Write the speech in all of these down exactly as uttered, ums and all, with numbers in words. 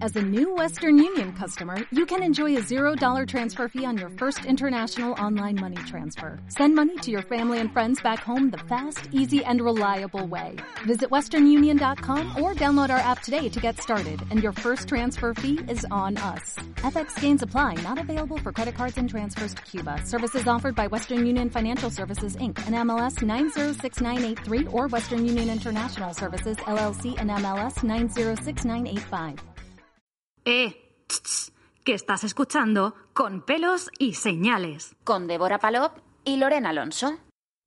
As a new Western Union customer, you can enjoy a zero dollar transfer fee on your first international online money transfer. Send money to your family and friends back home the fast, easy, and reliable way. Visit western union dot com or download our app today to get started, and your first transfer fee is on us. F X gains apply. Not available for credit cards and transfers to Cuba. Services offered by Western Union Financial Services, Incorporated, and M L S nine zero six nine eight three or Western Union International Services, L L C, and M L S nine zero six nine eight five. Eh, tss, tss, que estás escuchando Con Pelos y Señales. Con Débora Palop y Lorena Alonso.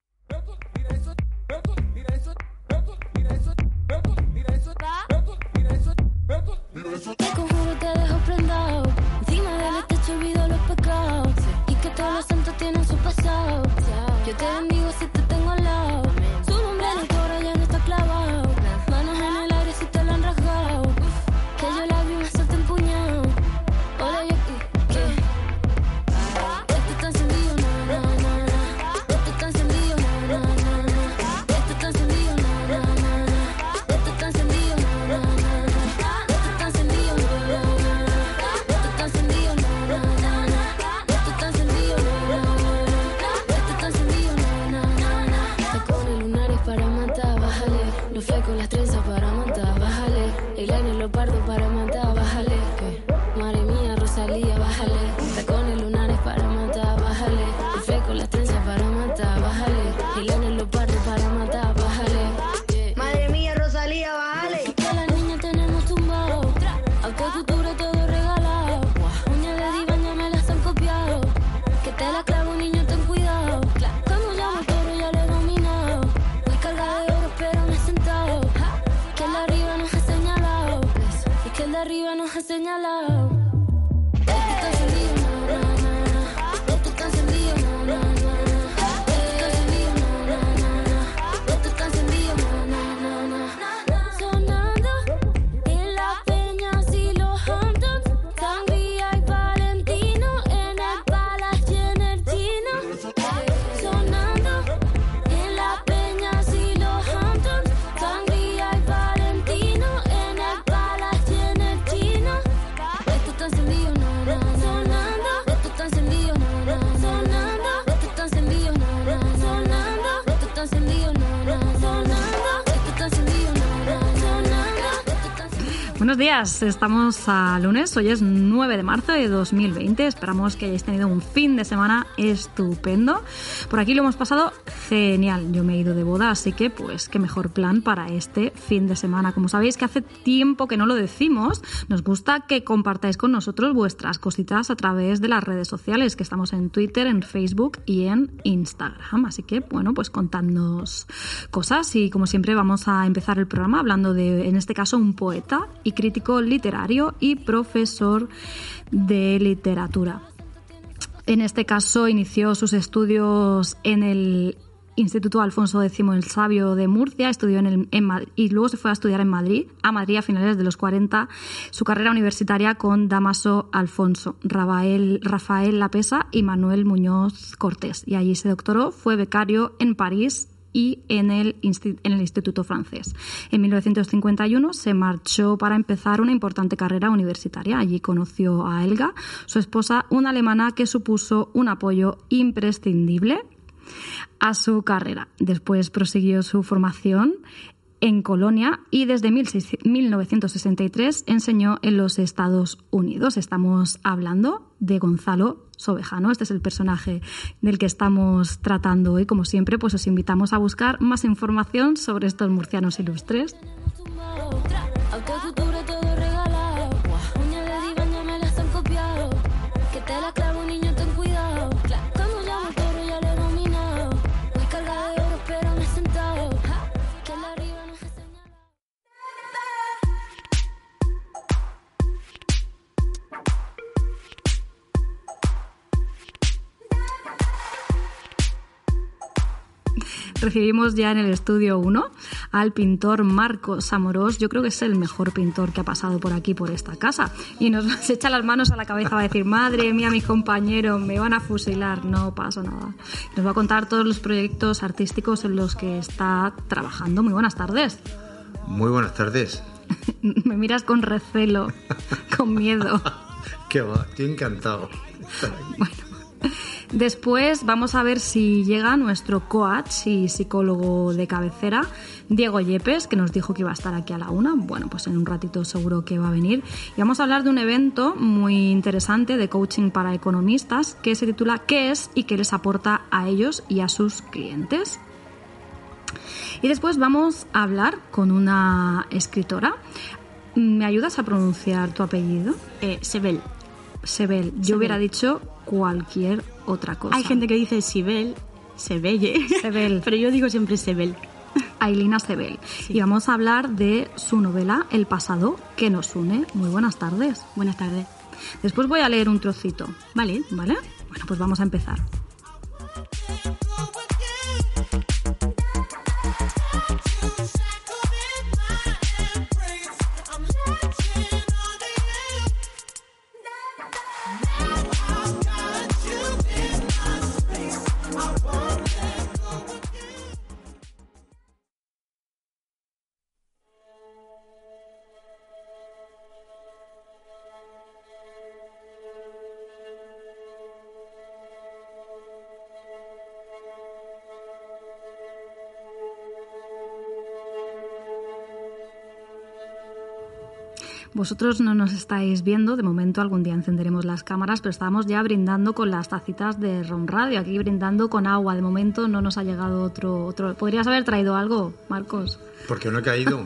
Te conjuro, te dejo prendado. Encima del techo olvido los pecados. Y que todos los santos tienen su pasado. Yo te bendigo si te tengo al lado. Su nombre en el coro ya no está clavado. Manos en el aire si te lo han rasgado. Que yo la vi, me suelto empuñado. Hola, yo ¿qué? Esto está encendido, na, na, na, na. Esto está encendido, na, na, na, na. Esto está encendido, na, na, na, na. Esto está encendido, na, na, na, na. Con las trenzas para matar, bájale. El año leopardo para matar, bájale. Que madre mía, Rosalía, bájale. Tacones lunares para matar, bájale. El fe con las trenzas para matar, bájale. El año leopardo para matar, bájale. Madre mía, Rosalía, bájale. Que la niña tenemos tumbado. Autocultura todo regalado. Uñas de diván ya me las han copiado. Que te la clavo, niño, ten cuidado. Cuando llamo el toro ya le he dominado. Voy cargada de oro, pero me he sentado. Que el de arriba nos ha señalado. Y que el de arriba nos ha señalado. Esto está encendido, na, na, na. Esto está encendido, na, na, na. Esto está encendido, na, na, na. Esto está encendido, na, na, na. Sonando en las peñas y los Hamptons. Sangría y Valentino en el Palace y en el Chino. Sonando en las peñas y los Hamptons. Sangría y Valentino en el Palace y en el Chino. Esto está encendido, na, na, sonando. Esto está encendido, na, na, sonando. Esto está encendido, na, na, sonando. Esto está encendido, na, na, sonando. Esto está encendido, na, na, sonando. Esto está encendido. Buenos días, estamos a lunes, hoy es nueve de marzo de dos mil veinte, esperamos que hayáis tenido un fin de semana estupendo. Por aquí lo hemos pasado genial, yo me he ido de boda, así que pues qué mejor plan para este fin de semana. Como sabéis que hace tiempo que no lo decimos, nos gusta que compartáis con nosotros vuestras cositas a través de las redes sociales, que estamos en Twitter, en Facebook y en Instagram, así que bueno, pues contadnos cosas y como siempre vamos a empezar el programa hablando de, en este caso, un poeta y crítico literario y profesor de literatura. En este caso inició sus estudios en el Instituto Alfonso X el Sabio de Murcia, estudió en el, en Madrid, y luego se fue a estudiar en Madrid, a Madrid a finales de los cuarenta, su carrera universitaria con Dámaso Alfonso, Rafael, Rafael Lapesa y Manuel Muñoz Cortés, y allí se doctoró, fue becario en París y en el, en el Instituto Francés. En mil novecientos cincuenta y uno se marchó para empezar una importante carrera universitaria. Allí conoció a Helga, su esposa, una alemana que supuso un apoyo imprescindible a su carrera. Después prosiguió su formación en Colonia y desde mil novecientos sesenta y tres enseñó en los Estados Unidos. Estamos hablando de Gonzalo Sobejano. Este es el personaje del que estamos tratando hoy. Como siempre, pues os invitamos a buscar más información sobre estos murcianos ilustres. Autocultura todo regalado. Uñas de diván ya me las han copiado. Que te la clavo, niño, ten cuidado. Cuando llamo el toro ya le he dominado. Voy cargada de oro, pero me he sentado. Que el de arriba nos ha señalado. Recibimos ya en el estudio uno al pintor Marcos Amorós. Yo creo que es el mejor pintor que ha pasado por aquí, por esta casa. Y nos se echa las manos a la cabeza, va a decir, madre mía, mis compañeros, me van a fusilar. No pasa nada. Nos va a contar todos los proyectos artísticos en los que está trabajando. Muy buenas tardes. Muy buenas tardes. Me miras con recelo, con miedo. Qué va, estoy encantado. Bueno, después vamos a ver si llega nuestro coach y psicólogo de cabecera, Diego Yepes, que nos dijo que iba a estar aquí a la una. Bueno, pues en un ratito seguro que va a venir. Y vamos a hablar de un evento muy interesante de coaching para economistas que se titula ¿Qué es y qué les aporta a ellos y a sus clientes? Y después vamos a hablar con una escritora. ¿Me ayudas a pronunciar tu apellido? Eh, Sebel. Sebel. Yo hubiera dicho cualquier otra cosa. Hay gente que dice Sibel, Sebelle, Sebel. pero yo digo siempre Sebel. Ailina Sebel. Sí. Y vamos a hablar de su novela El pasado que nos une. Muy buenas tardes. Buenas tardes. Después voy a leer un trocito. Vale. ¿Vale? Bueno, pues vamos a empezar. Vosotros no nos estáis viendo, de momento algún día encenderemos las cámaras, pero estábamos ya brindando con las tacitas de Ron Radio, aquí brindando con agua. De momento no nos ha llegado otro... otro. ¿Podrías haber traído algo, Marcos? Porque no he caído.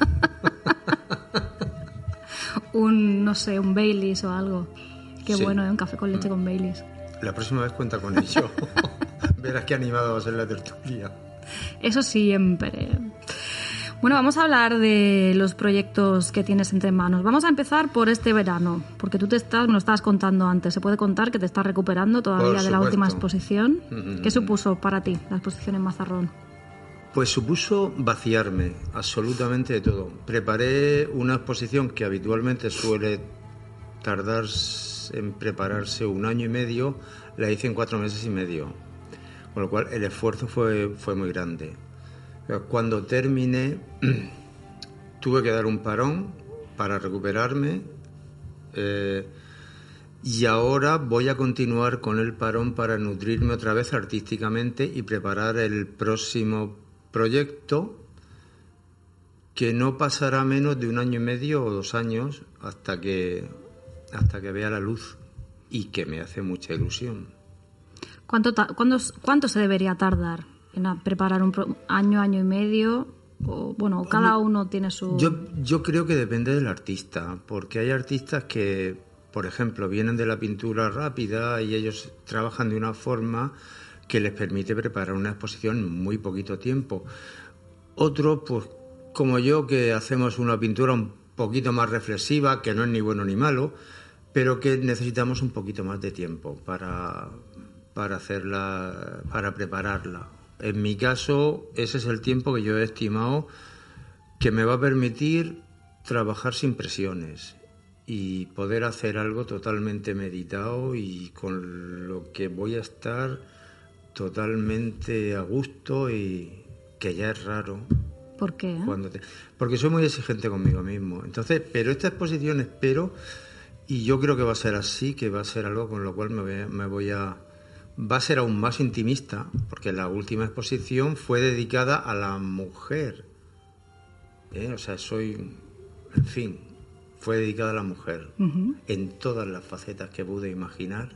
un, no sé, un Baileys o algo. Qué sí. Bueno, ¿eh? Un café con leche mm. con Baileys. La próxima vez cuenta con ello. Verás qué animado va a ser la tertulia. Eso siempre. Bueno, vamos a hablar de los proyectos que tienes entre manos. Vamos a empezar por este verano, porque tú te estás, me lo estabas contando antes. ¿Se puede contar que te estás recuperando todavía de la última exposición? Mm-hmm. ¿Qué supuso para ti la exposición en Mazarrón? Pues supuso vaciarme absolutamente de todo. Preparé una exposición que habitualmente suele tardar en prepararse un año y medio, la hice en cuatro meses y medio, con lo cual el esfuerzo fue, fue muy grande. Cuando terminé, tuve que dar un parón para recuperarme eh, y ahora voy a continuar con el parón para nutrirme otra vez artísticamente y preparar el próximo proyecto, que no pasará menos de un año y medio o dos años hasta que, hasta que vea la luz, y que me hace mucha ilusión. ¿Cuánto, ta- cuándo, ¿Cuánto se debería tardar en preparar un pro- año, año y medio? O, bueno, cada uno tiene su... Yo, yo creo que depende del artista, porque hay artistas que, por ejemplo, vienen de la pintura rápida y ellos trabajan de una forma que les permite preparar una exposición en muy poquito tiempo. Otros, pues como yo, que hacemos una pintura un poquito más reflexiva, que no es ni bueno ni malo, pero que necesitamos un poquito más de tiempo para, para hacerla, para prepararla. En mi caso, ese es el tiempo que yo he estimado que me va a permitir trabajar sin presiones y poder hacer algo totalmente meditado y con lo que voy a estar totalmente a gusto, y que ya es raro. ¿Por qué? Cuando te... Porque soy muy exigente conmigo mismo. Entonces, pero esta exposición espero, y yo creo que va a ser así, que va a ser algo con lo cual me voy a... Me voy a va a ser aún más intimista, porque la última exposición fue dedicada a la mujer. ¿Eh? O sea, soy... En fin, fue dedicada a la mujer, uh-huh, en todas las facetas que pude imaginar.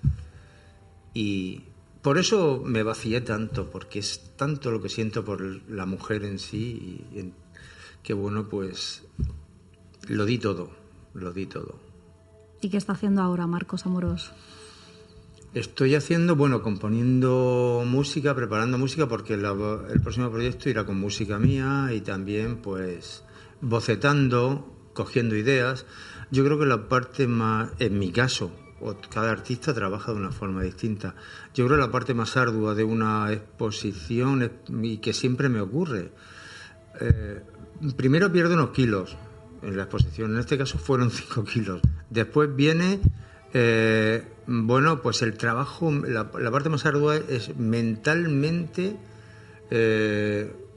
Y por eso me vacié tanto, porque es tanto lo que siento por la mujer en sí, y en, que bueno, pues lo di todo, lo di todo. ¿Y qué está haciendo ahora Marcos Amorós? Estoy haciendo, bueno, componiendo música, preparando música, porque la, el próximo proyecto irá con música mía, y también pues bocetando, cogiendo ideas. Yo creo que la parte más, en mi caso, cada artista trabaja de una forma distinta. Yo creo que la parte más ardua de una exposición, y que siempre me ocurre, eh, primero pierdo unos kilos en la exposición, en este caso fueron cinco kilos. Después viene... Eh, bueno, pues el trabajo, la, la parte más ardua es mentalmente eh,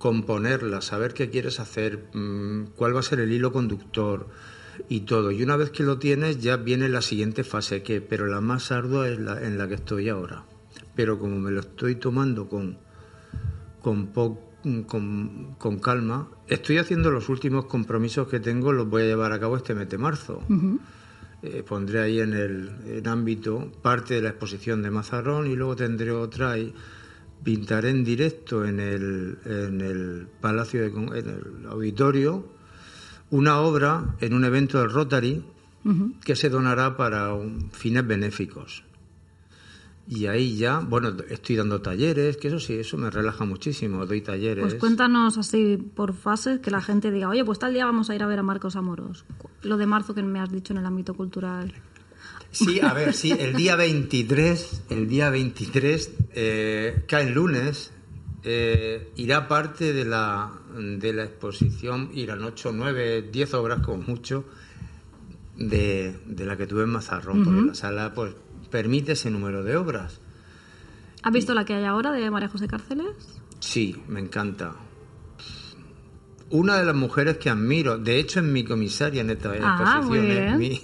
componerla, saber qué quieres hacer, mmm, cuál va a ser el hilo conductor y todo. Y una vez que lo tienes ya viene la siguiente fase, que pero la más ardua es la en la que estoy ahora. Pero como me lo estoy tomando con, con, po, con, con calma, estoy haciendo los últimos compromisos que tengo, los voy a llevar a cabo este mes de marzo. Uh-huh. Eh, pondré ahí en el en ámbito parte de la exposición de Mazarrón y luego tendré otra y pintaré en directo en el, en el Palacio, de, en el auditorio, una obra en un evento del Rotary uh-huh. que se donará para un, fines benéficos. Y ahí ya, bueno, estoy dando talleres, que eso sí, eso me relaja muchísimo, doy talleres. Pues cuéntanos así por fases, que la gente diga, oye, pues tal día vamos a ir a ver a Marcos Amorós. Lo de marzo que me has dicho en el ámbito cultural. Sí, a ver, sí, el día veintitrés, el día veintitrés, eh, cae el lunes, eh, irá parte de la, de la exposición, irán ocho, nueve, diez obras como mucho, de, de la que tuve en Mazarrón, uh-huh. porque la sala, pues, permite ese número de obras. ¿Has visto y, la que hay ahora de María José Cárceles? Sí, me encanta. Una de las mujeres que admiro, de hecho es mi comisaria en esta ah, exposición. Muy bien. Mi...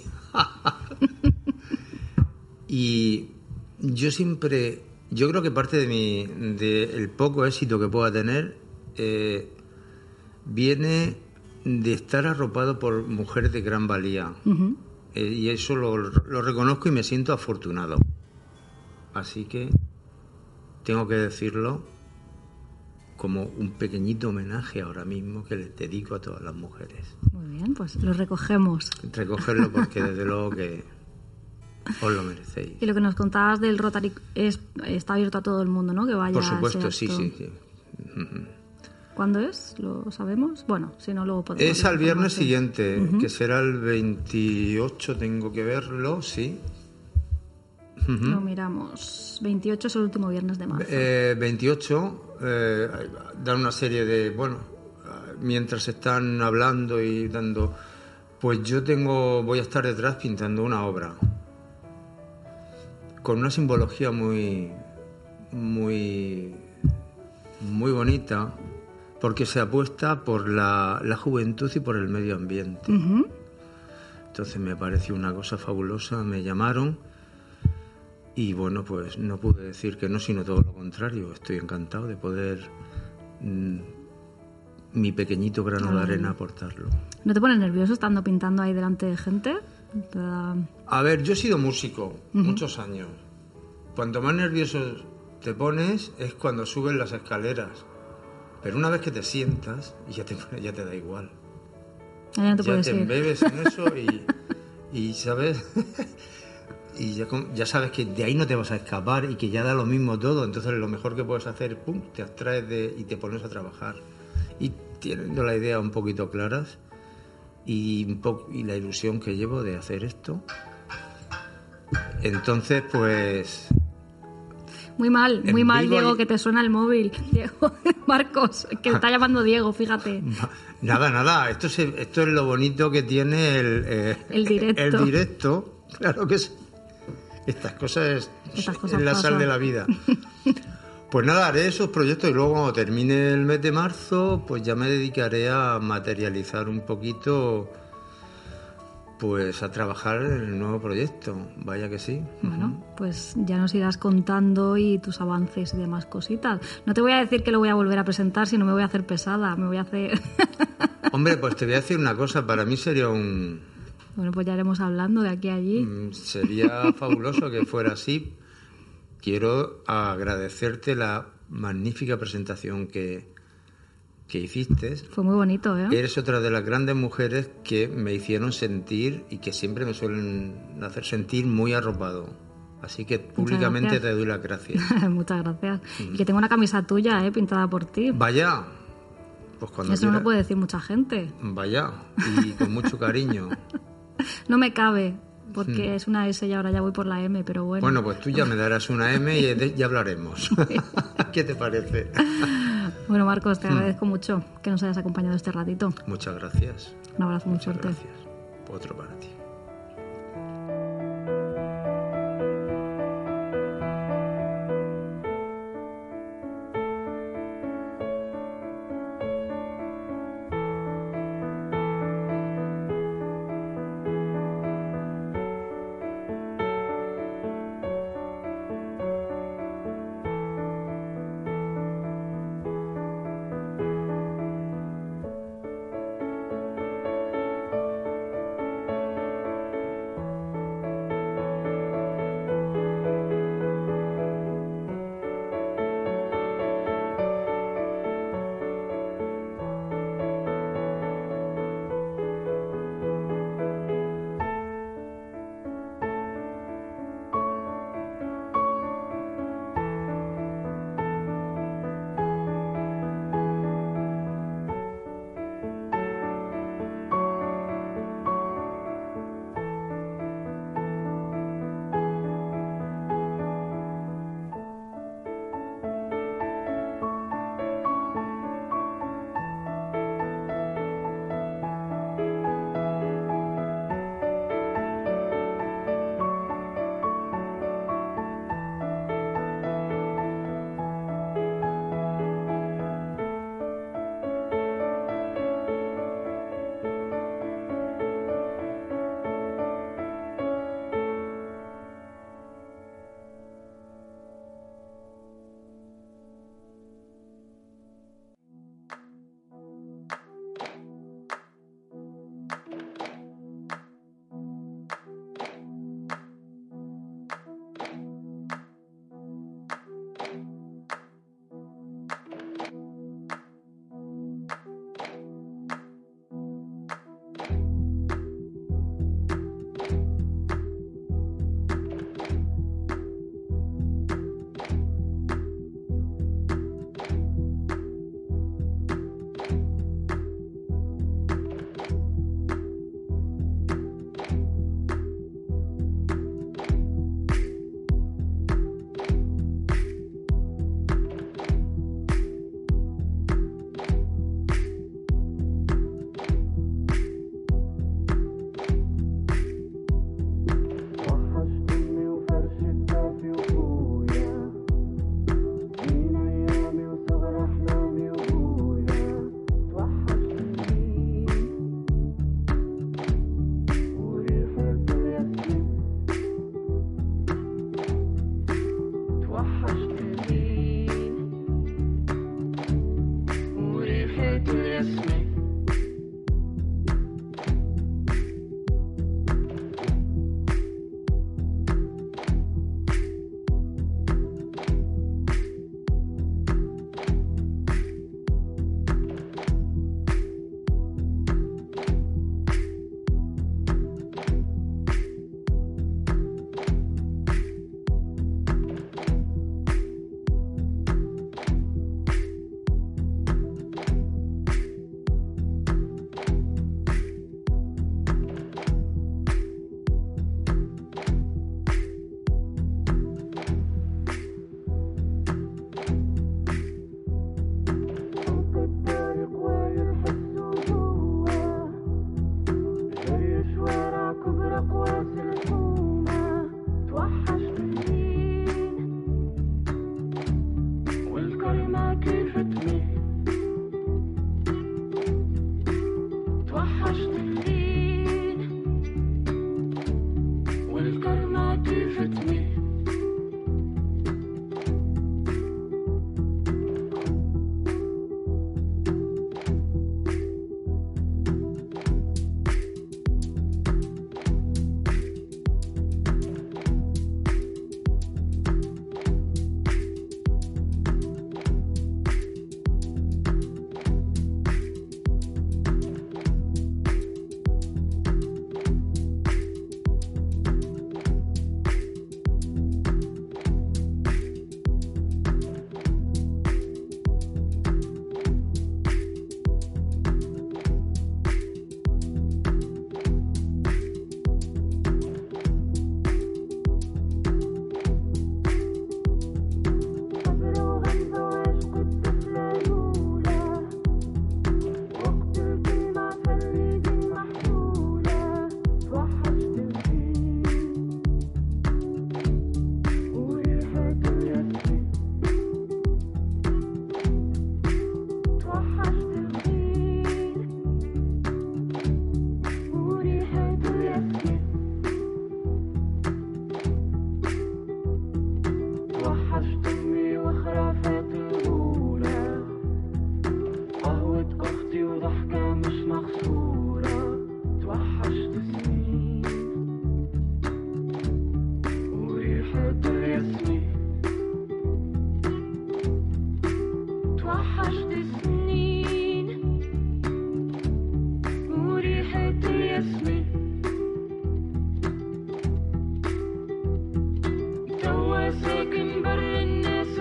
y yo siempre, yo creo que parte de mi, de el poco éxito que pueda tener eh, viene de estar arropado por mujeres de gran valía. Uh-huh. Y eso lo, lo reconozco y me siento afortunado. Así que tengo que decirlo como un pequeñito homenaje ahora mismo que les dedico a todas las mujeres. Muy bien, pues lo recogemos. Recogerlo porque desde luego que os lo merecéis. Y lo que nos contabas del Rotary es, está abierto a todo el mundo, ¿no? Que vaya. Por supuesto, sí, sí, sí. ¿Cuándo es? ¿Lo sabemos? Bueno, si no, luego podemos... Es al viernes siguiente, uh-huh. que será el veintiocho, tengo que verlo, sí. Uh-huh. Lo miramos. veintiocho es el último viernes de marzo. Eh, veintiocho, eh, dan una serie de... Bueno, mientras están hablando y dando... Pues yo tengo voy a estar detrás pintando una obra con una simbología muy... muy... muy bonita, porque se apuesta por la, la juventud y por el medio ambiente. Uh-huh. Entonces me pareció una cosa fabulosa, me llamaron y bueno, pues no pude decir que no, sino todo lo contrario. Estoy encantado de poder mm, mi pequeñito grano uh-huh. de arena aportarlo. ¿No te pones nervioso estando pintando ahí delante de gente? Da... A ver, yo he sido músico uh-huh. muchos años. Cuanto más nervioso te pones es cuando subes las escaleras. Pero una vez que te sientas, ya te, ya te da igual. Ya, no te, ya te ir. embebes en eso y, y ¿sabes? y ya, ya sabes que de ahí no te vas a escapar y que ya da lo mismo todo. Entonces lo mejor que puedes hacer, pum, te abstraes de, y te pones a trabajar. Y teniendo la idea un poquito claras y, un po- y la ilusión que llevo de hacer esto, entonces pues... Muy mal, muy mal, Diego, y... que te suena el móvil. Diego, Marcos, que está llamando Diego, fíjate. Nada, nada, esto es, esto es lo bonito que tiene el, eh, el directo. El directo, claro que es. Estas cosas, Estas cosas es la pasan. sal de la vida. Pues nada, haré esos proyectos y luego cuando termine el mes de marzo, pues ya me dedicaré a materializar un poquito... Pues a trabajar en el nuevo proyecto, vaya que sí. Bueno, uh-huh. pues ya nos irás contando y tus avances y demás cositas. No te voy a decir que lo voy a volver a presentar, sino me voy a hacer pesada, me voy a hacer... Hombre, pues te voy a decir una cosa, para mí sería un... Bueno, pues ya iremos hablando de aquí a allí. Mm, sería fabuloso que fuera así. Quiero agradecerte la magnífica presentación que... que hiciste. Fue muy bonito, ¿eh? Eres otra de las grandes mujeres que me hicieron sentir y que siempre me suelen hacer sentir muy arropado. Así que públicamente te doy las gracias. Muchas gracias. Mm. Y que tengo una camisa tuya, ¿eh? Pintada por ti. Vaya. Pues cuando Eso quieras. no lo puede decir mucha gente. Vaya. Y con mucho cariño. No me cabe, porque mm. es una S y ahora ya voy por la M, pero bueno. Bueno, pues tú ya me darás una M y ya hablaremos. ¿Qué te parece? Bueno, Marcos, te agradezco mm. mucho que nos hayas acompañado este ratito. Muchas gracias. Un abrazo muy Muchas fuerte. Gracias. Otro para ti.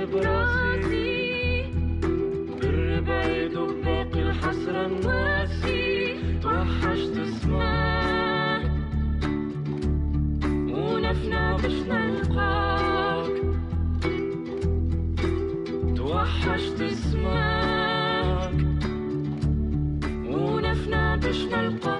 براسي بالربعيد وباقي الحسرة الناسي توحشت اسمعك ونفنى باش نلقاك توحشت اسمعك ونفنى باش نلقاك.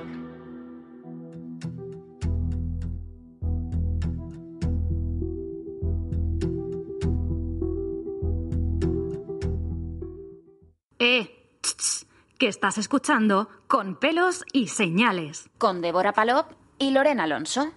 Eh, tss, tss, que estás escuchando Con Pelos y Señales. Con Débora Palop y Lorena Alonso.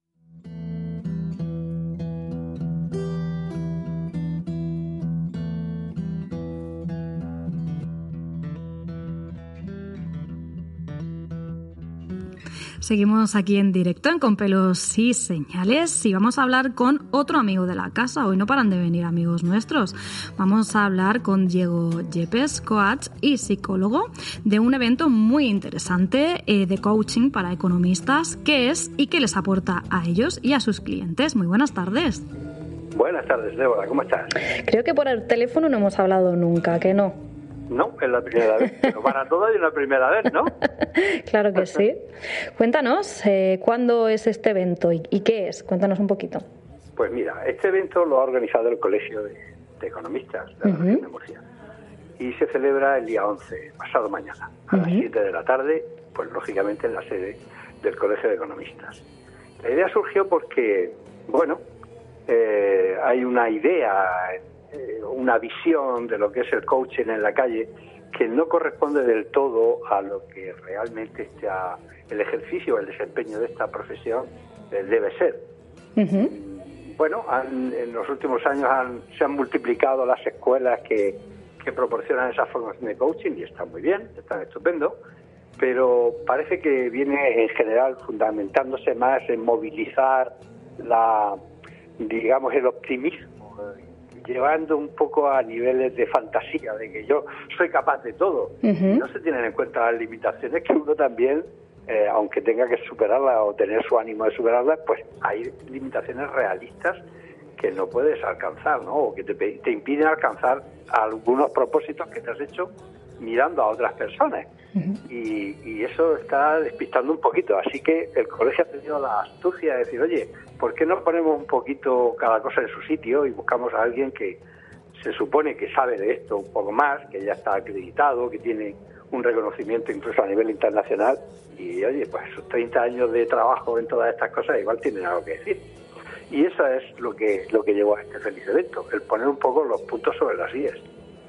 Seguimos aquí en directo en Con Pelos y Señales y vamos a hablar con otro amigo de la casa. Hoy no paran de venir amigos nuestros. Vamos a hablar con Diego Yepes, coach y psicólogo, de un evento muy interesante eh, de coaching para economistas. ¿Qué es y qué les aporta a ellos y a sus clientes? Muy buenas tardes. Buenas tardes, Débora. ¿Cómo estás? Creo que por el teléfono no hemos hablado nunca, ¿que no? No, es la primera vez. Pero para todo hay una primera vez, ¿no? Claro que sí. Cuéntanos, eh, ¿cuándo es este evento y, y qué es? Cuéntanos un poquito. Pues mira, este evento lo ha organizado el Colegio de, de Economistas de la uh-huh. región de Murcia. Y se celebra el día once, pasado mañana, a uh-huh. las siete de la tarde, pues lógicamente en la sede del Colegio de Economistas. La idea surgió porque, bueno, eh, hay una idea... una visión de lo que es el coaching en la calle que no corresponde del todo a lo que realmente está el ejercicio, el desempeño de esta profesión eh, debe ser. Uh-huh. Bueno, han, en los últimos años han, se han multiplicado las escuelas que, que proporcionan esa formación de coaching y está muy bien, está estupendo, pero parece que viene en general fundamentándose más en movilizar la, digamos, el optimismo, llevando un poco a niveles de fantasía, de que yo soy capaz de todo. Uh-huh. No se tienen en cuenta las limitaciones que uno también, eh, aunque tenga que superarlas o tener su ánimo de superarlas, pues hay limitaciones realistas que no puedes alcanzar, ¿no? O que te, te impiden alcanzar algunos propósitos que te has hecho mirando a otras personas. Uh-huh. Y, y eso está despistando un poquito. Así que el colegio ha tenido la astucia de decir, oye, ¿por qué no ponemos un poquito cada cosa en su sitio y buscamos a alguien que se supone que sabe de esto un poco más, que ya está acreditado, que tiene un reconocimiento incluso a nivel internacional? Y oye, pues sus treinta años de trabajo en todas estas cosas igual tienen algo que decir. Y eso es lo que, lo que llevó a este feliz evento, el poner un poco los puntos sobre las íes.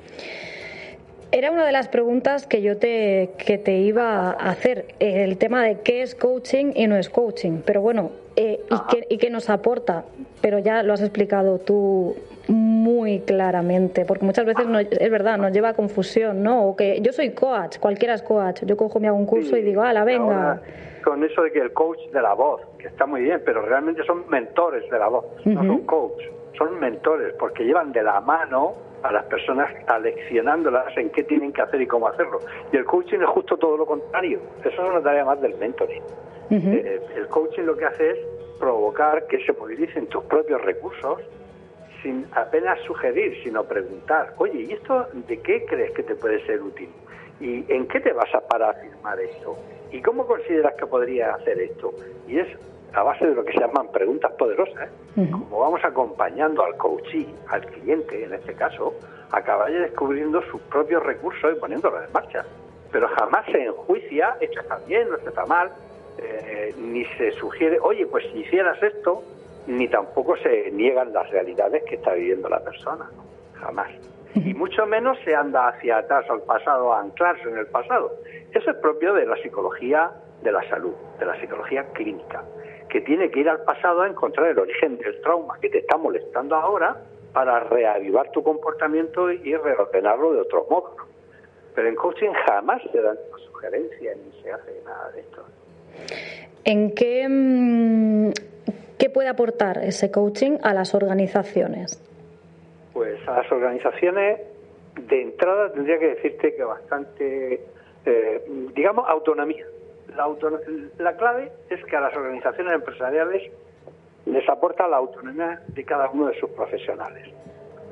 Era una de las preguntas que yo te, que te iba a hacer, el tema de qué es coaching y no es coaching, pero bueno, eh, y, qué, y qué nos aporta, pero ya lo has explicado tú muy claramente, porque muchas veces no, es verdad, nos lleva a confusión, ¿no? O que yo soy coach, cualquiera es coach, yo cojo, me hago un curso sí, y digo, ¡hala, venga! Ahora, con eso de que el coach de la voz, que está muy bien, pero realmente son mentores de la voz, uh-huh. no son coach, son mentores, porque llevan de la mano a las personas aleccionándolas en qué tienen que hacer y cómo hacerlo. Y el coaching es justo todo lo contrario. Eso es una tarea más del mentoring. Uh-huh. Eh, el coaching lo que hace es provocar que se movilicen tus propios recursos sin apenas sugerir, sino preguntar, oye, ¿y esto de qué crees que te puede ser útil? ¿Y en qué te basas para afirmar esto? ¿Y cómo consideras que podría hacer esto? Y es a base de lo que se llaman preguntas poderosas, uh-huh. como vamos acompañando al coachee, al cliente en este caso, a que vaya descubriendo sus propios recursos y poniéndolos en marcha. Pero jamás se enjuicia, esto está bien, no esto está mal, eh, ni se sugiere, oye, pues si hicieras esto, ni tampoco se niegan las realidades que está viviendo la persona, ¿no? Jamás. Y mucho menos se anda hacia atrás al pasado, a anclarse en el pasado. Eso es propio de la psicología de la salud, de la psicología clínica, que tiene que ir al pasado a encontrar el origen del trauma que te está molestando ahora para reavivar tu comportamiento y reordenarlo de otro modo, ¿no? Pero en coaching jamás se dan sugerencias ni se hace nada de esto. ¿En qué, qué puede aportar ese coaching a las organizaciones? Pues a las organizaciones, de entrada tendría que decirte que bastante, eh, digamos, autonomía. La, autonom- la clave es que a las organizaciones empresariales les aporta la autonomía de cada uno de sus profesionales.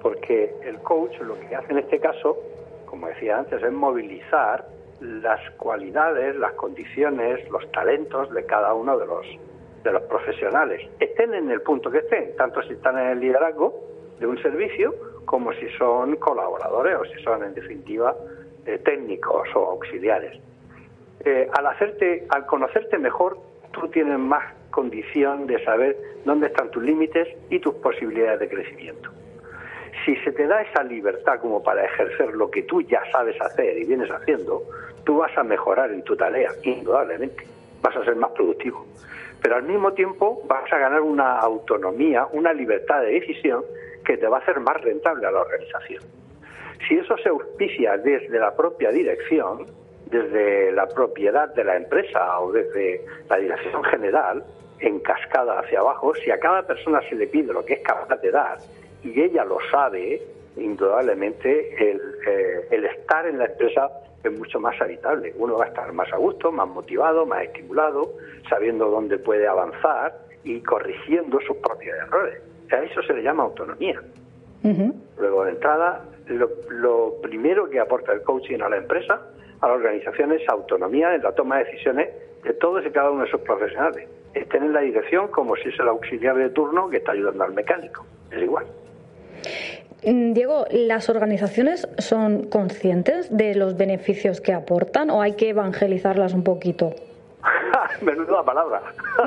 porque el coach lo que hace en este caso, como decía antes, es movilizar las cualidades, las condiciones, los talentos de cada uno de los de los profesionales, estén en el punto que estén, tanto si están en el liderazgo de un servicio como si son colaboradores o si son en definitiva eh, técnicos o auxiliares. Eh, al hacerte, al conocerte mejor, tú tienes más condición de saber dónde están tus límites y tus posibilidades de crecimiento. Si se te da esa libertad como para ejercer lo que tú ya sabes hacer y vienes haciendo, tú vas a mejorar en tu tarea, indudablemente. Vas a ser más productivo. Pero al mismo tiempo vas a ganar una autonomía, una libertad de decisión que te va a hacer más rentable a la organización. Si eso se auspicia desde la propia dirección, desde la propiedad de la empresa o desde la dirección general, en cascada hacia abajo, si a cada persona se le pide lo que es capaz de dar y ella lo sabe, indudablemente el, eh, el estar en la empresa es mucho más habitable. Uno va a estar más a gusto, más motivado, más estimulado, sabiendo dónde puede avanzar y corrigiendo sus propios errores. A eso se le llama autonomía. Uh-huh. Luego, de entrada, lo, lo primero que aporta el coaching a la empresa, a la organización, es autonomía en la toma de decisiones de todos y cada uno de sus profesionales. Estén en la dirección como si es el auxiliar de turno que está ayudando al mecánico. Es igual. Diego, ¿las organizaciones son conscientes de los beneficios que aportan o hay que evangelizarlas un poquito? Menuda palabra.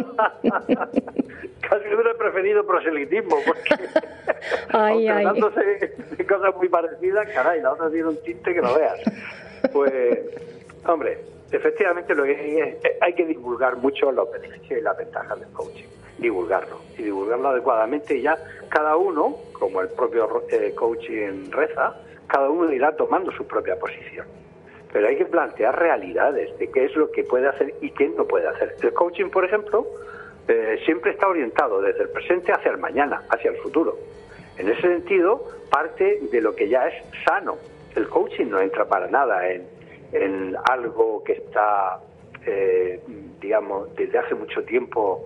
Casi hubiera preferido proselitismo, porque ay, aunque ay. tratándose de cosas muy parecidas, caray, la otra tiene un tinte que no veas. Pues, hombre, efectivamente lo que hay, es, hay que divulgar mucho los beneficios y las ventajas del coaching. Divulgarlo, y divulgarlo adecuadamente, y ya cada uno, como el propio eh, coaching reza, cada uno irá tomando su propia posición. Pero hay que plantear realidades de qué es lo que puede hacer y qué no puede hacer. El coaching, por ejemplo, eh, siempre está orientado desde el presente hacia el mañana, hacia el futuro. En ese sentido, parte de lo que ya es sano. El coaching no entra para nada en, en algo que está, eh, digamos, desde hace mucho tiempo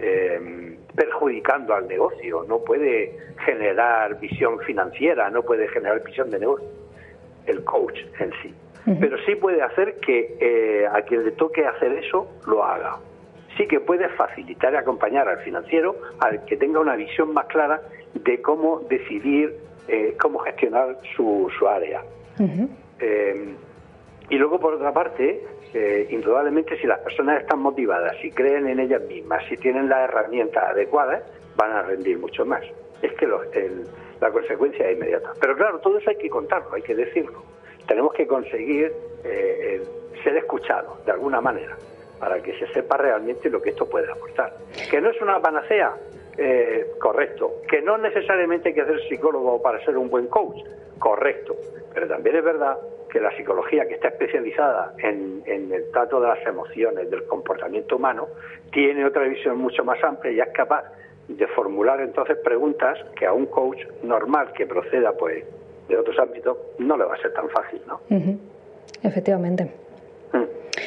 eh, perjudicando al negocio. No puede generar visión financiera, no puede generar visión de negocio. El coach en sí. Pero sí puede hacer que eh, a quien le toque hacer eso lo haga. Sí que puede facilitar y acompañar al financiero al que tenga una visión más clara de cómo decidir, eh, cómo gestionar su, su área. Uh-huh. Eh, y luego, por otra parte, eh, indudablemente, si las personas están motivadas, si creen en ellas mismas, si tienen las herramientas adecuadas, van a rendir mucho más. Es que lo, el, la consecuencia es inmediata. Pero claro, todo eso hay que contarlo, hay que decirlo. Tenemos que conseguir eh, ser escuchados de alguna manera para que se sepa realmente lo que esto puede aportar. Que no es una panacea, eh, correcto. Que no necesariamente hay que ser psicólogo para ser un buen coach, correcto. Pero también es verdad que la psicología, que está especializada en, en el trato de las emociones, del comportamiento humano, tiene otra visión mucho más amplia y es capaz de formular entonces preguntas que a un coach normal que proceda pues de otros ámbitos no le va a ser tan fácil, ¿no? Uh-huh. Efectivamente. Mm.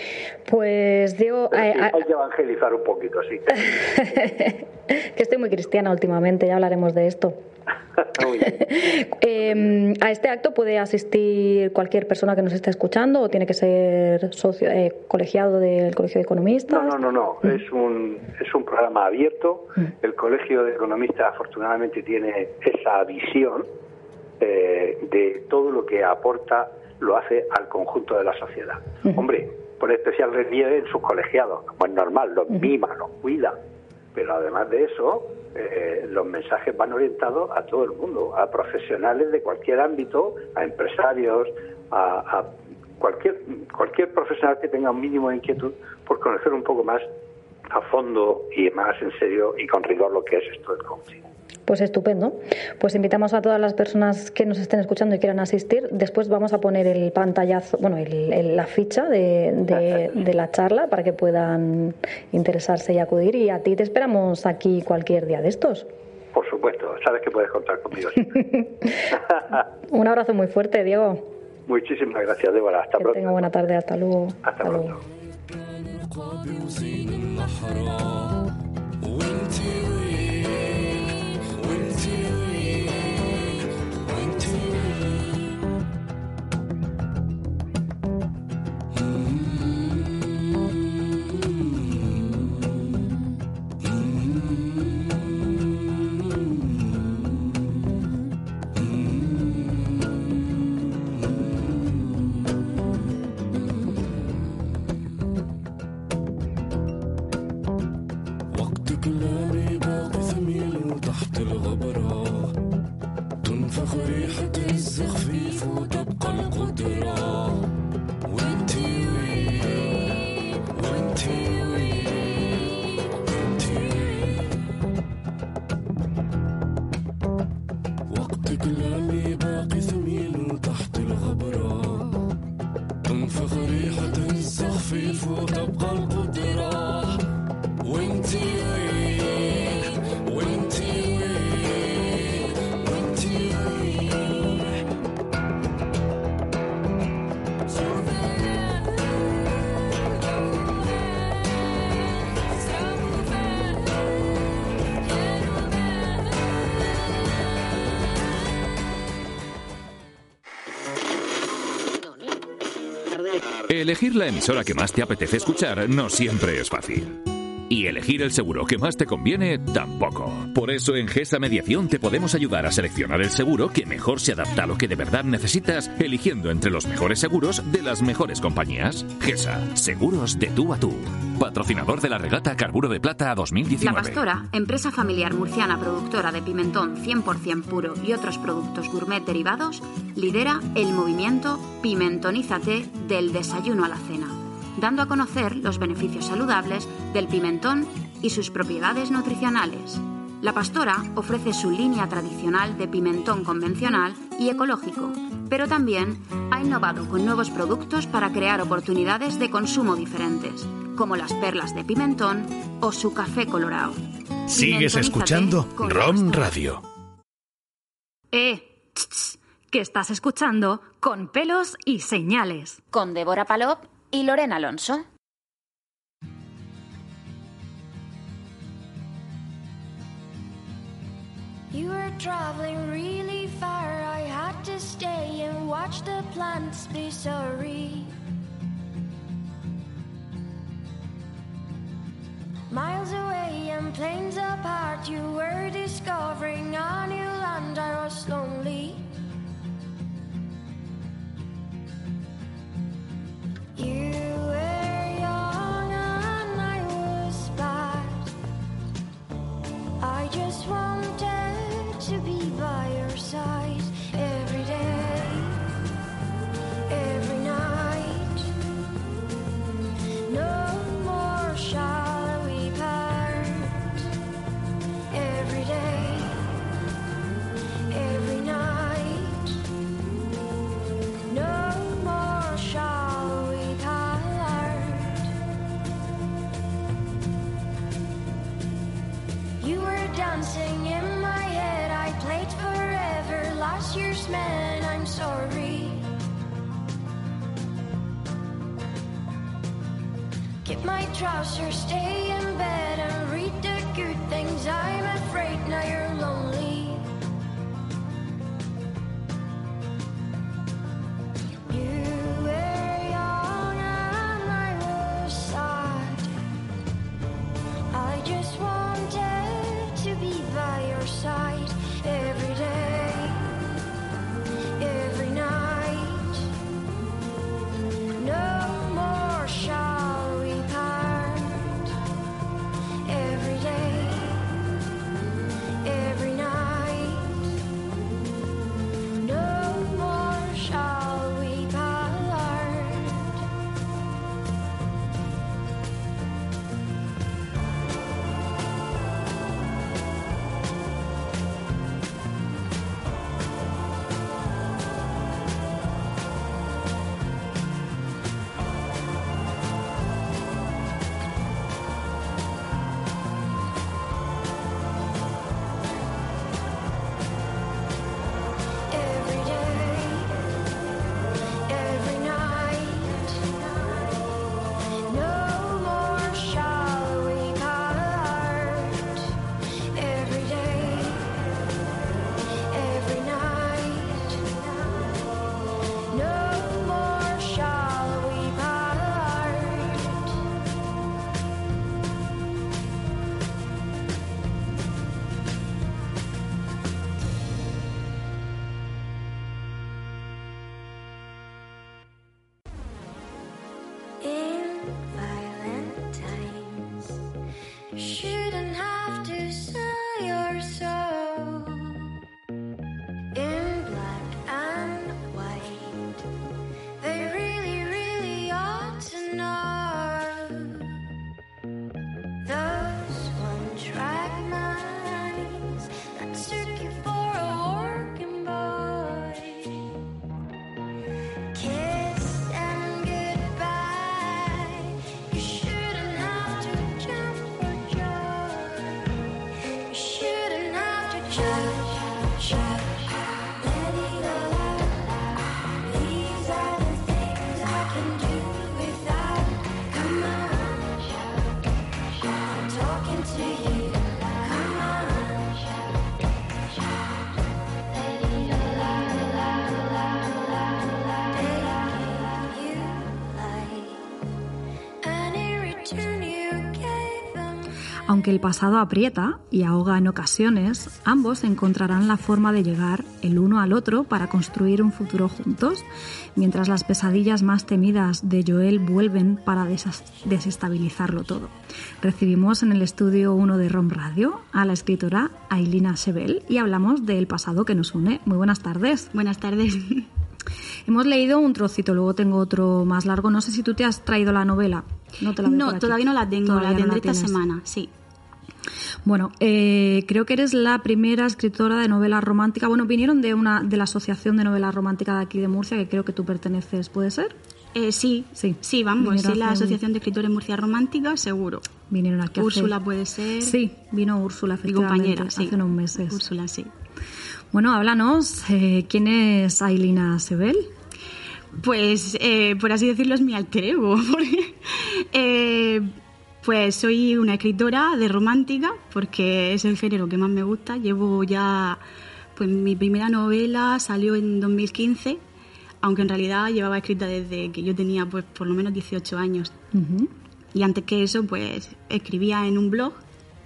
Pues Diego, sí, eh, hay que evangelizar un poquito, sí. Que estoy muy cristiana últimamente, ya hablaremos de esto. eh, ¿A este acto puede asistir cualquier persona que nos esté escuchando o tiene que ser socio, eh, colegiado del Colegio de Economistas? No, no, no, no. Mm. Es un es un programa abierto. Mm. El Colegio de Economistas afortunadamente tiene esa visión eh, de todo lo que aporta, lo hace al conjunto de la sociedad. Mm. Hombre, por especial relieve en sus colegiados, como es normal, los mima, los cuida. Pero además de eso, eh, los mensajes van orientados a todo el mundo, a profesionales de cualquier ámbito, a empresarios, a, a cualquier cualquier profesional que tenga un mínimo de inquietud por conocer un poco más a fondo y más en serio y con rigor lo que es esto del coaching. Pues estupendo. Pues invitamos a todas las personas que nos estén escuchando y quieran asistir. Después vamos a poner el pantallazo, bueno, el, el, la ficha de, de, de la charla para que puedan interesarse y acudir. Y a ti te esperamos aquí cualquier día de estos. Por supuesto, sabes que puedes contar conmigo siempre. Un abrazo muy fuerte, Diego. Muchísimas gracias, Débora. Hasta que pronto. Tenga buena tarde. Hasta luego. Hasta, Hasta pronto. Luego. Elegir la emisora que más te apetece escuchar no siempre es fácil. Y elegir el seguro que más te conviene tampoco. Por eso en GESA Mediación te podemos ayudar a seleccionar el seguro que mejor se adapta a lo que de verdad necesitas, eligiendo entre los mejores seguros de las mejores compañías. GESA, seguros de tú a tú. Patrocinador de la regata Carburo de Plata dos mil diecinueve. La Pastora, empresa familiar murciana productora de pimentón cien por ciento puro y otros productos gourmet derivados, lidera el movimiento Pimentonízate del desayuno a la cena, dando a conocer los beneficios saludables del pimentón y sus propiedades nutricionales. La Pastora ofrece su línea tradicional de pimentón convencional y ecológico, pero también ha innovado con nuevos productos para crear oportunidades de consumo diferentes, como las perlas de pimentón o su café colorado. Sigues escuchando ROM Radio. Eh, tss, tss, que estás escuchando Con Pelos y Señales. Con Débora Palop y Lorena Alonso. You were traveling really far. I had to stay and watch the plants be sorry. Miles away and planes apart, you were discovering a new land. I was lonely. You were young and I was bad. I just wanted to be by your side every day, every night. No more shall we part. Every day, every night. No more shall we part. You were dancing in my head. I played forever. Last year's man, I'm sorry. Get my trousers, stay in bed and read the good things. I'm afraid now you're lonely. You were young and I was sad. I just wanted to be by your side every day, every night. No more shall we part. Every day, every night. No more shall we part. aunque el pasado aprieta y ahoga en ocasiones, ambos encontrarán la forma de llegar el uno al otro para construir un futuro juntos, mientras las pesadillas más temidas de Joel vuelven para desas- desestabilizarlo todo. Recibimos en el estudio uno de ROM Radio a la escritora Ailina Sebel y hablamos del pasado que nos une. Muy buenas tardes. Buenas tardes. Hemos leído un trocito, luego tengo otro más largo. No sé si tú te has traído la novela. No, te la veo No, por aquí. todavía no la tengo, Todavía la no tendré esta tienes. semana, sí. Bueno, eh, creo que eres la primera escritora de novela romántica. Bueno, vinieron de una de la Asociación de Novela Romántica de aquí de Murcia, que creo que tú perteneces, ¿puede ser? Eh, sí, Sí. sí, vamos, Vinieron sí, la hace un- Asociación de Escritores Murcia Romántica, seguro. Vinieron aquí. Úrsula hace... puede ser. Sí, vino Úrsula, Mi efectivamente, compañera, sí. hace unos meses. Úrsula, sí. Bueno, háblanos, eh, ¿quién es Ailina Sebel? Pues, eh, por así decirlo, es mi alter ego. Porque, eh, pues soy una escritora de romántica, porque es el género que más me gusta. Llevo ya, pues mi primera novela salió en dos mil quince, aunque en realidad llevaba escrita desde que yo tenía pues por lo menos dieciocho años. Uh-huh. Y antes que eso, pues escribía en un blog.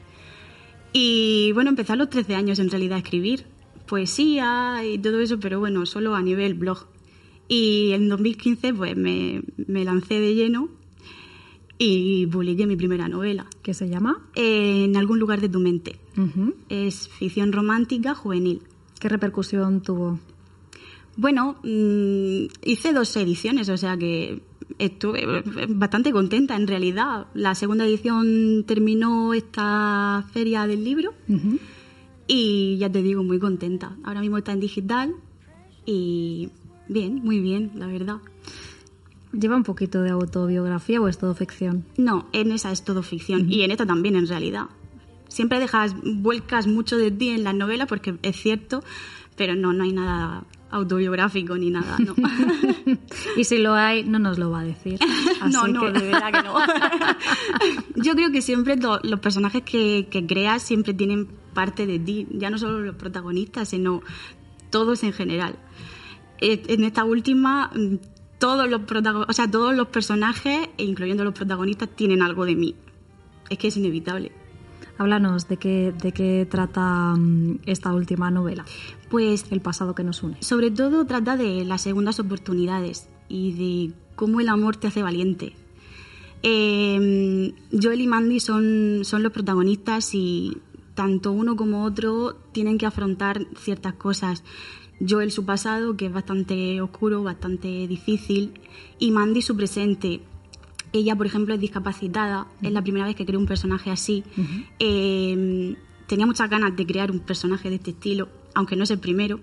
Y bueno, empecé a los trece años en realidad a escribir poesía y todo eso, pero bueno, solo a nivel blog. Y en dos mil quince pues me, me lancé de lleno y publiqué mi primera novela. ¿Qué se llama? Eh, en algún lugar de tu mente. Uh-huh. Es ficción romántica juvenil. ¿Qué repercusión tuvo? Bueno, mmm, hice dos ediciones, o sea que estuve bastante contenta en realidad. La segunda edición terminó esta feria del libro. Uh-huh. Y ya te digo, muy contenta. Ahora mismo está en digital y bien, muy bien, la verdad. ¿Lleva un poquito de autobiografía o es todo ficción? No, en esa es todo ficción. Uh-huh. Y en esta también, en realidad. Siempre dejas, vuelcas mucho de ti en las novelas porque es cierto, pero no, no hay nada autobiográfico ni nada, no. Y si lo hay, no nos lo va a decir. Así no, no, que... de verdad que no. Yo creo que siempre to- los personajes que, que creas siempre tienen parte de ti, ya no solo los protagonistas, sino todos en general. En esta última, todos los protagon- o sea, todos los personajes, incluyendo los protagonistas, tienen algo de mí. Es que es inevitable. Háblanos de qué, de qué trata um, esta última novela. Pues el pasado que nos une. Sobre todo trata de las segundas oportunidades y de cómo el amor te hace valiente. Eh, Joel y Mandy son, son los protagonistas y tanto uno como otro tienen que afrontar ciertas cosas. Joel su pasado, que es bastante oscuro, bastante difícil, y Mandy su presente. Ella, por ejemplo, es discapacitada, uh-huh. Es la primera vez que creo un personaje así. Uh-huh. Eh, tenía muchas ganas de crear un personaje de este estilo, aunque no es el primero.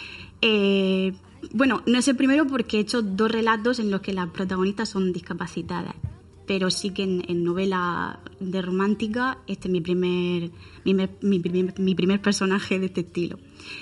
Eh, bueno, no es el primero porque he hecho dos relatos en los que las protagonistas son discapacitadas, pero sí que en, en novela de romántica este es mi primer, mi, mi, primer, mi primer personaje de este estilo.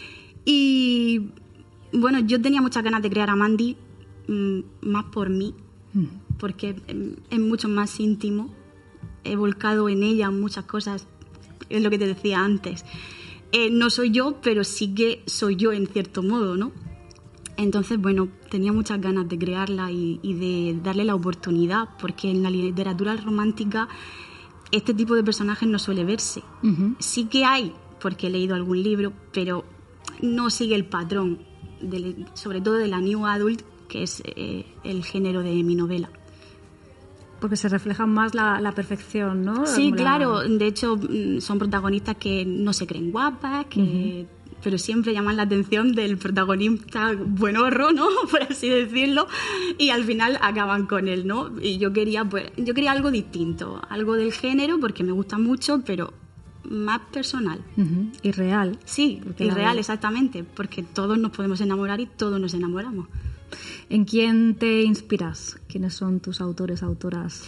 Y bueno, yo tenía muchas ganas de crear a Mandy, mmm, más por mí, porque es mucho más íntimo. He volcado en ella muchas cosas, es lo que te decía antes. Eh, no soy yo, pero sí que soy yo en cierto modo, ¿no? Entonces, bueno, tenía muchas ganas de crearla y, y de darle la oportunidad, porque en la literatura romántica este tipo de personajes no suele verse. Uh-huh. Sí que hay, porque he leído algún libro, pero no sigue el patrón, de, sobre todo de la New Adult, que es eh, el género de mi novela. Porque se refleja más la, la perfección, ¿no? Sí, la... claro. De hecho, son protagonistas que no se creen guapas, que... Uh-huh. Pero siempre llaman la atención del protagonista buenorro, ¿no? Por así decirlo, y al final acaban con él, ¿no? Y yo quería, pues, yo quería algo distinto, algo del género, porque me gusta mucho, pero más personal. Uh-huh. Y real. Sí, y real, exactamente, porque todos nos podemos enamorar y todos nos enamoramos. ¿En quién te inspiras? ¿Quiénes son tus autores, autoras?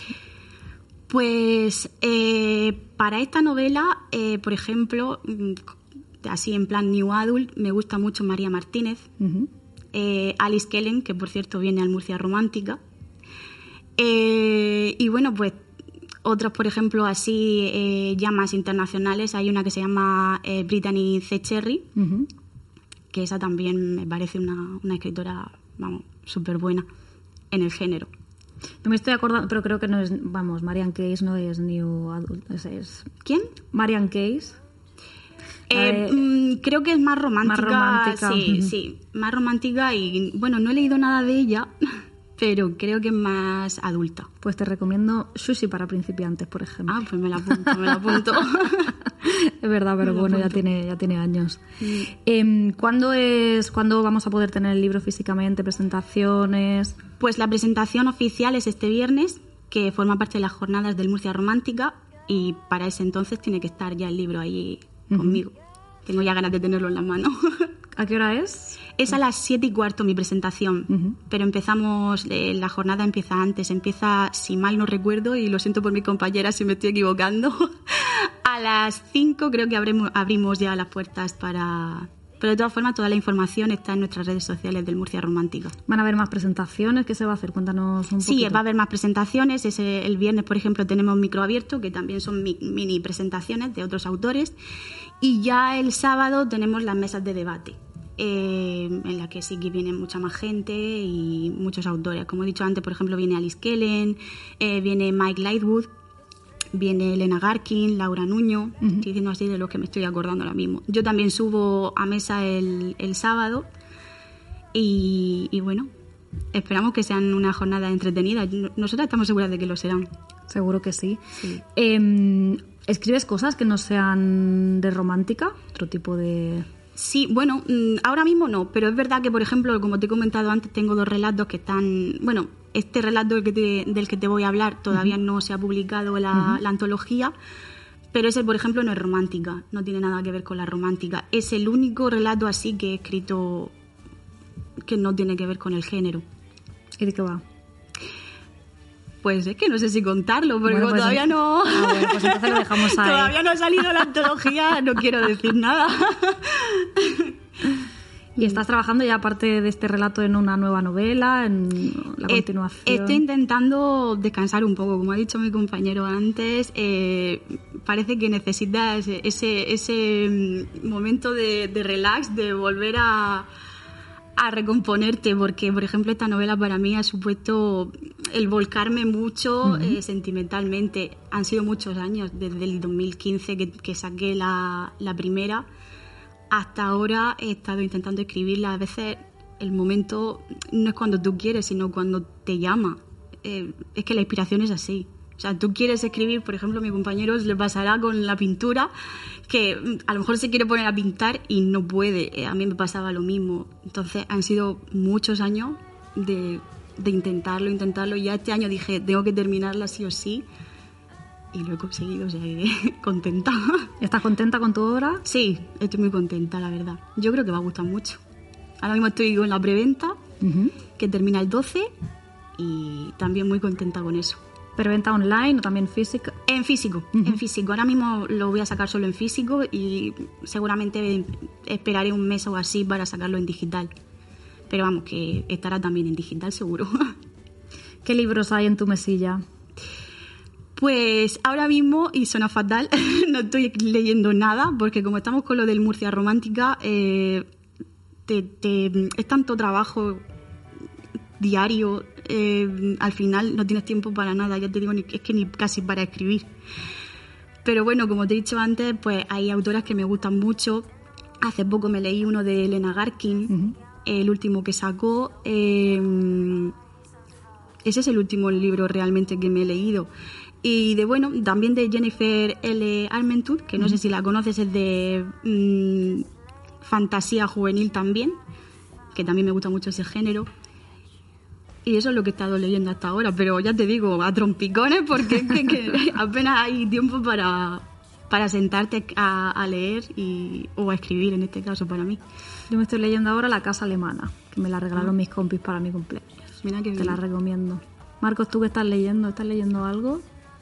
Pues eh, para esta novela, eh, por ejemplo, así en plan New Adult, me gusta mucho María Martínez, uh-huh. eh, Alice Kellen, que por cierto viene al Murcia Romántica, eh, y bueno, pues otras, por ejemplo, así eh, ya más internacionales, hay una que se llama eh, Brittany C. Cherry, uh-huh. que esa también me parece una, una escritora, vamos, súper buena en el género. No me estoy acordando, pero creo que no es, vamos, Marianne Case no es New Adult, es, es ¿Quién? Marianne Case. Eh, eh, creo que es más romántica. Más romántica. Sí, uh-huh. sí, más romántica y, bueno, no he leído nada de ella, pero creo que es más adulta. Pues te recomiendo Sushi para principiantes, por ejemplo. Ah, pues me la apunto, me la apunto. Es verdad, pero bueno, ya tiene, ya tiene años. Mm. Eh, ¿cuándo, es, ¿Cuándo vamos a poder tener el libro físicamente, presentaciones? Pues la presentación oficial es este viernes, que forma parte de las jornadas del Murcia Romántica, y para ese entonces tiene que estar ya el libro ahí uh-huh. conmigo. Tengo ya ganas de tenerlo en la mano. ¿A qué hora es? Es a las siete y cuarto mi presentación, uh-huh. pero empezamos, eh, la jornada empieza antes, empieza, si mal no recuerdo, y lo siento por mi compañera si me estoy equivocando, a las cinco creo que abremos, abrimos ya las puertas para... Pero de todas formas, toda la información está en nuestras redes sociales del Murcia Romántica. ¿Van a haber más presentaciones? ¿Qué se va a hacer? Cuéntanos un poquito. Sí, va a haber más presentaciones. Ese, el viernes, por ejemplo, tenemos Micro Abierto, que también son mi, mini presentaciones de otros autores. Y ya el sábado tenemos las mesas de debate, eh, en la que sí que viene mucha más gente y muchos autores. Como he dicho antes, por ejemplo, viene Alice Kellen, eh, viene Mike Lightwood, viene Elena Garkin, Laura Nuño, uh-huh. estoy diciendo así de los que me estoy acordando ahora mismo. Yo también subo a mesa el, el sábado y, y bueno, esperamos que sean una jornada entretenida. Nosotras estamos seguras de que lo serán. Seguro que sí. sí. Eh, ¿Escribes cosas que no sean de romántica? ¿Otro tipo de...? Sí, bueno, ahora mismo no, pero es verdad que, por ejemplo, como te he comentado antes, tengo dos relatos que están... Bueno, este relato del que te, del que te voy a hablar todavía uh-huh. no se ha publicado la, uh-huh. la antología, pero ese, por ejemplo, no es romántica, no tiene nada que ver con la romántica. Es el único relato así que he escrito que no tiene que ver con el género. ¿Y de qué va? Pues es que no sé si contarlo, porque bueno, pues todavía no... Ah, bueno, pues entonces lo dejamos ahí. Todavía no ha salido la antología, no quiero decir nada. ¿Y estás trabajando ya, aparte de este relato, en una nueva novela, en la continuación? Estoy intentando descansar un poco, como ha dicho mi compañero antes. Eh, parece que necesitas ese, ese momento de, de relax, de volver a... a recomponerte, porque, por ejemplo, esta novela para mí ha supuesto el volcarme mucho uh-huh. eh, sentimentalmente. Han sido muchos años, desde el dos mil quince que, que saqué la, la primera, hasta ahora he estado intentando escribirla. A veces el momento no es cuando tú quieres, sino cuando te llama. Eh, es que la inspiración es así. O sea, tú quieres escribir, por ejemplo, a mi compañero le pasará con la pintura, que a lo mejor se quiere poner a pintar y no puede. A mí me pasaba lo mismo. Entonces han sido muchos años de, de intentarlo, intentarlo. Y ya este año dije, tengo que terminarla sí o sí. Y lo he conseguido, o sea, contenta. ¿Estás contenta con tu obra? Sí, estoy muy contenta, la verdad. Yo creo que va a gustar mucho. Ahora mismo estoy con la preventa, uh-huh. que termina el doce, y también muy contenta con eso. ¿Pero venta online o también física? En físico, uh-huh. en físico. Ahora mismo lo voy a sacar solo en físico y seguramente esperaré un mes o así para sacarlo en digital. Pero vamos, que estará también en digital seguro. ¿Qué libros hay en tu mesilla? Pues ahora mismo, y suena fatal, no estoy leyendo nada, porque como estamos con lo del Murcia Romántica, eh, te, te, es tanto trabajo diario, eh, al final no tienes tiempo para nada, ya te digo, es que ni casi para escribir. Pero bueno, como te he dicho antes, pues hay autoras que me gustan mucho. Hace poco me leí uno de Elena Garkin, uh-huh. el último que sacó. Eh, ese es el último libro realmente que me he leído. Y de bueno, también de Jennifer L. Armentrout, que no uh-huh. sé si la conoces, es de mmm, fantasía juvenil también, que también me gusta mucho ese género. Y eso es lo que he estado leyendo hasta ahora, pero ya te digo, a trompicones, porque es que, que apenas hay tiempo para, para sentarte a, a leer y, o a escribir, en este caso, para mí. Yo me estoy leyendo ahora La Casa Alemana, que me la regalaron ah. mis compis para mi cumpleaños. Mira que Te bien. la recomiendo. Marcos, ¿tú qué estás leyendo? ¿Estás leyendo algo?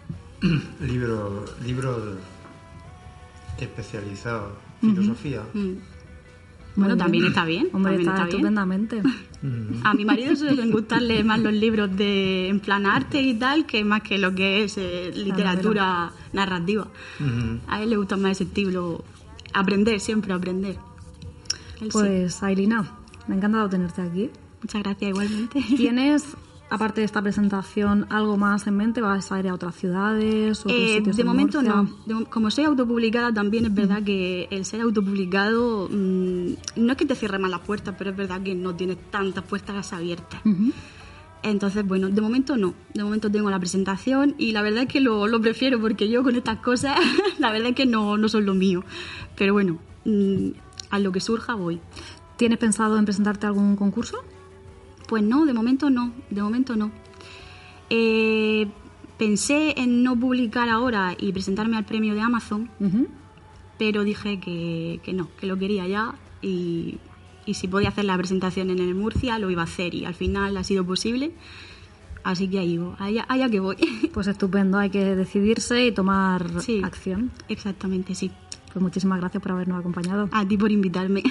Libro, libro especializado, filosofía. Uh-huh. Mm. Bueno, también está bien. Hombre, también está, está estupendamente. Bien. A mi marido suelen gustarle más los libros de en plan arte y tal, que más que lo que es eh, literatura narrativa. Uh-huh. A él le gusta más ese estilo, aprender, siempre aprender. Él pues, sí. Ailina, me ha encantado tenerte aquí. Muchas gracias, igualmente. ¿Tienes aparte de esta presentación, algo más en mente? ¿Vas a ir a otras ciudades? Otros Eh, sitios de en momento Murcia? no. De- como soy autopublicada, también es verdad que el ser autopublicado mm, no es que te cierre más las puertas, pero es verdad que no tienes tantas puertas abiertas. Ujú. Entonces, bueno, de momento no. De momento tengo la presentación y la verdad es que lo, lo prefiero porque yo con estas cosas, la verdad es que no, no son lo mío. Pero bueno, mm, a lo que surja voy. ¿Tienes pensado en presentarte a algún concurso? Pues no, de momento no. De momento no. Eh, pensé en no publicar ahora y presentarme al premio de Amazon, Ujú. pero dije que, que no, que lo quería ya y, y si podía hacer la presentación en el Murcia lo iba a hacer y al final ha sido posible, así que ahí voy, allá, allá que voy. Pues estupendo, hay que decidirse y tomar Sí. acción. Exactamente, sí. Pues muchísimas gracias por habernos acompañado. A ti por invitarme.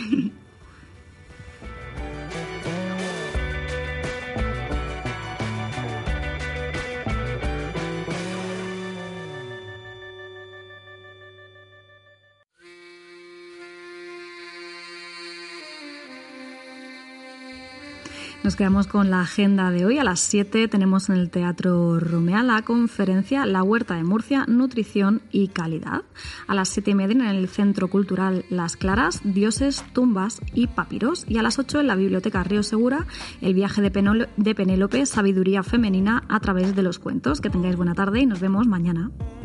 Nos quedamos con la agenda de hoy. A las siete tenemos en el Teatro Romea la conferencia La Huerta de Murcia, Nutrición y Calidad. A las siete y media en el Centro Cultural Las Claras, Dioses, Tumbas y Papiros. Y a las ocho en la Biblioteca Río Segura, el viaje de, Penol- de Penélope, Sabiduría Femenina a través de los cuentos. Que tengáis buena tarde y nos vemos mañana.